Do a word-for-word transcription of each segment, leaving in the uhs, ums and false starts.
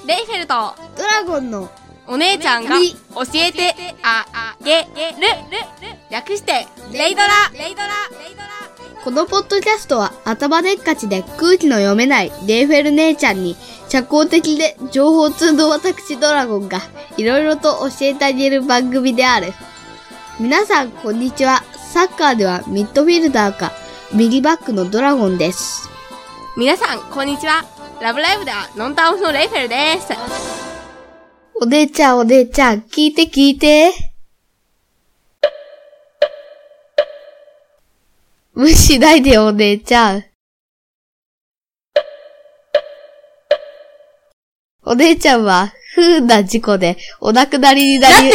レイフェルトドラゴンのお姉ちゃんが教えてあげる略してレイドラレイドラレイドラ。 このポッドキャストは頭でっかちで空気の読めないレイフェル姉ちゃんに社交的で情報通の私ドラゴンがいろいろと教えてあげる番組である。皆さんこんにちは。サッカーではミッドフィルダーか右バックのドラゴンです。 皆さんこんにちは。ラブライブではノンタンオフのレイフェルです。 お姉ちゃんお姉ちゃん聞いて聞いて。無視しないでよお姉ちゃん。お姉ちゃんは不運な事故でお亡くなりになり。 なってね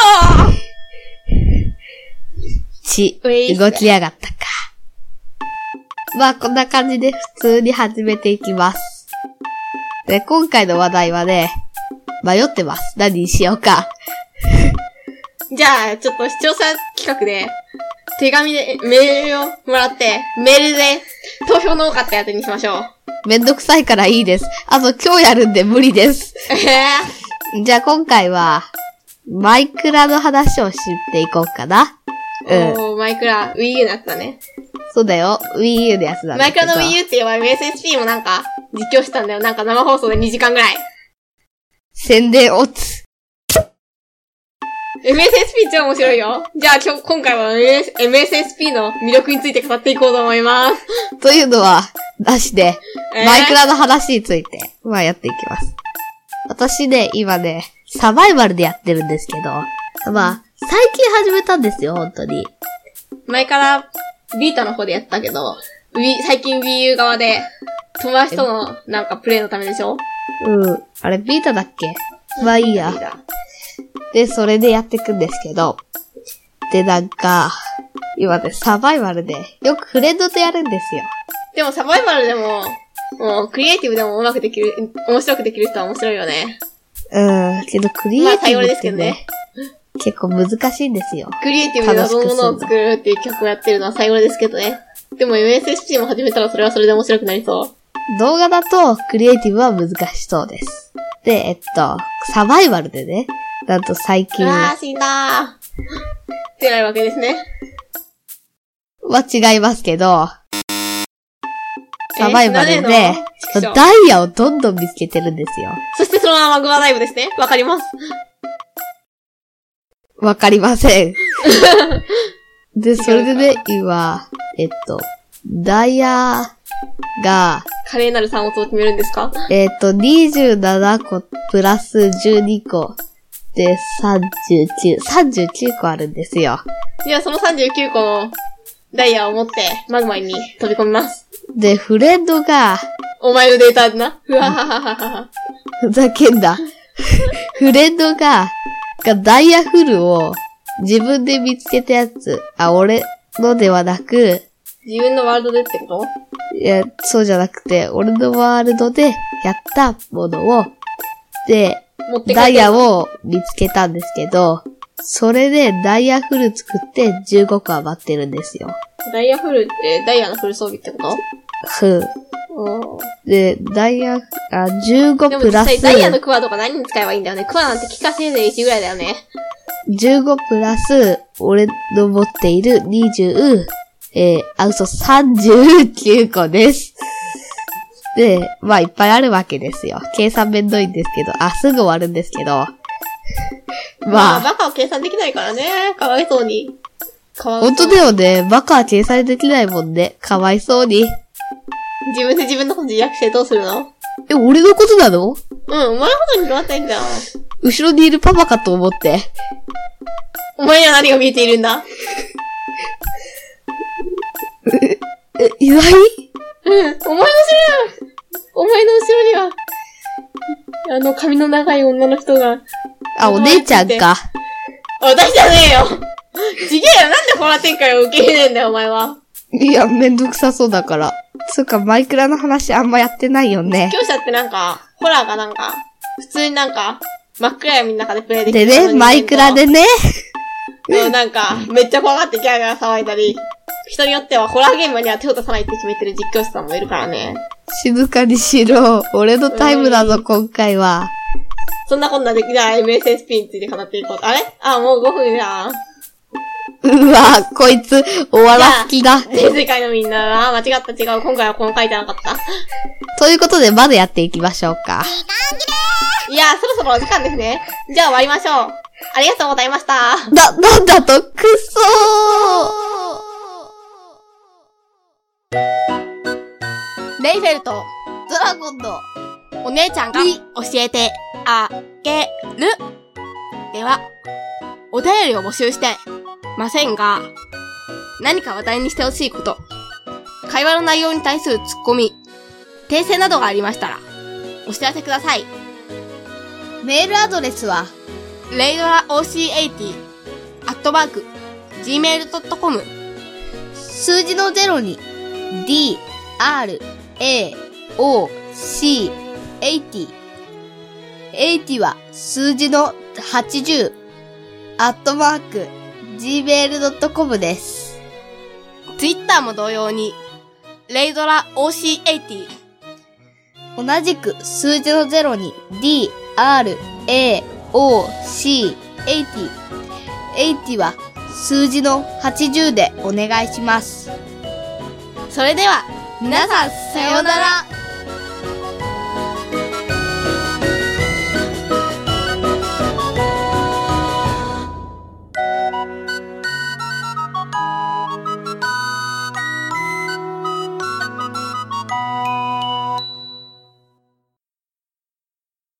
えよち、動きやがったか。まあこんな感じで普通に始めていきます。で、今回の話題はね、迷ってます。何にしようか。 じゃあ、ちょっと視聴者企画で、手紙でメールをもらって、メールで投票の多かったやつにしましょう。 めんどくさいからいいです。あと今日やるんで無理です。 えー、じゃあ今回は、マイクラの話をしていこうかな。 うん。おー、マイクラ、Wii U のやつだね。 そうだよ。Wii U のやつなんだけど。 マイクラの Wii U って言えば エムエスエスピー もなんか実況してたんだよ。なんか生放送でにじかんぐらい。 宣伝オツ。 エムエスエスピー 超面白いよ。じゃあ今日、今回は エムエスエスピー の魅力について語っていこうと思います。 というのは、なしで、えー、マイクラの話について、まあやっていきます。私ね、今ね、サバイバルでやってるんですけど、まあ、最近始めたんですよ、本当に。 前から、ビータの方でやったけど、Wii、最近 Wii U 側で、友達とのなんかプレイのためでしょ？ うん。あれ、ビータだっけ？まあいいや。で、それでやっていくんですけど、で、なんか、今ね、サバイバルで、よくフレンドとやるんですよ。 でもサバイバルでも、もう、クリエイティブでもうまくできる、面白くできる人は面白いよね。 うん、けどクリエイティブってね、まあ、 ですけどね結構難しいんですよ。 クリエイティブで謎のものを作るっていう曲をやってるのは最後ですけどね。でも エムエスエスピー も始めたらそれはそれで面白くなりそう。 動画だとクリエイティブは難しそうです。で、えっと、サバイバルでね、なんと最近。 あー、死んだー。ってないわけですね。 は違いますけど、サバイバルで、ダイヤをどんどん見つけてるんですよ。 そしてそのままグアライブですね。わかります。 わかりません。で、それでね、今、えっと、ダイヤが、 華麗なる産物を決めるんですか？ えっと、にじゅうななこプラスじゅうにこでさんじゅうきゅう、さんじゅうきゅうこあるんですよ。 じゃあそのさんじゅうきゅうこのダイヤを持ってマグマに飛び込みます。 で、フレンドが、 お前のデータだな。ふわはははは。 ふざけんな。フレンドが、がダイヤフルを自分で見つけたやつ、あ、俺のではなく、 自分のワールドでってこと？ いや、そうじゃなくて、俺のワールドでやったものを、で、ダイヤを見つけたんですけど、それでダイヤフル作ってじゅうごこ余ってるんですよ。 ダイヤフルってダイヤのフル装備ってこと？ ふん。で、ダイヤ、あ、じゅうごプラス。 でも実際ダイヤのクワとか何に使えばいいんだよね。クワなんて聞かせでいちぐらいだよね。 じゅうごプラス、俺の持っているにじゅう、えー、あ、嘘、さんじゅうきゅうこです。で、まあいっぱいあるわけですよ。計算めんどいんですけど、あ、すぐ終わるんですけど。まあ。 まあ、バカは計算できないからね。かわいそうに。 かわいそうに。本当だよね。バカは計算できないもんね。かわいそうに。 自分で自分のこと自虐してどうするの？ え、俺のことなの？ うん、お前のことに決まってんじゃん。 後ろにいるパパかと思って。 お前には何が見えているんだ？ え、意外？ うん、お前の後ろお前の後ろには、あの髪の長い女の人が。 あ、お姉ちゃんか。 私じゃねえよちげえよ、なんでホラー展開を受け入れねえんだよ、お前は。 いや、めんどくさそうだから。つうか、マイクラの話あんまやってないよね。 実況者ってなんか、ホラーがなんか、普通になんか、真っ暗闇の中でプレイできる。 でね、マイクラでね。 うん、なんか、めっちゃ怖がってギャーギャー騒いだり、人によってはホラーゲームには手を出さないって決めてる実況者さんもいるからね。 静かにしろ。俺のタイムだぞ、うん、今回は。 そんなこんなできない エムエスエスピー について語っていこう。あれあ、もうごふんじゃん。 うわ、こいつ、終わらす気だ。 全世界のみんな、あ、間違った違う。今回はこの書いてなかった。 ということで、まだやっていきましょうか。 いや、そろそろお時間ですね。じゃあ終わりましょう。ありがとうございました。 だ、なんだと、くそーレイフェルト、 ドラゴンの、 お姉ちゃんが教えてあげる。では、お便りを募集してませんが、何か話題にしてほしいこと、会話の内容に対するツッコミ、訂正などがありましたら、お知らせください。 メールアドレスは、 レイドラ オーシーエイティー アットマーク ジーメールドットコム数字のゼロに D、R、A、O、C、エイティー。エイティー は数字のはちじゅう、アットマーク、ジーメールドットコム です。 ツイッターも同様に、レイドラ オーシーエイティー。 同じく数字のゼロに D、R、A、O、C、エイティー。エイティー は数字のはちじゅうでお願いします。 それでは、皆さんさようなら。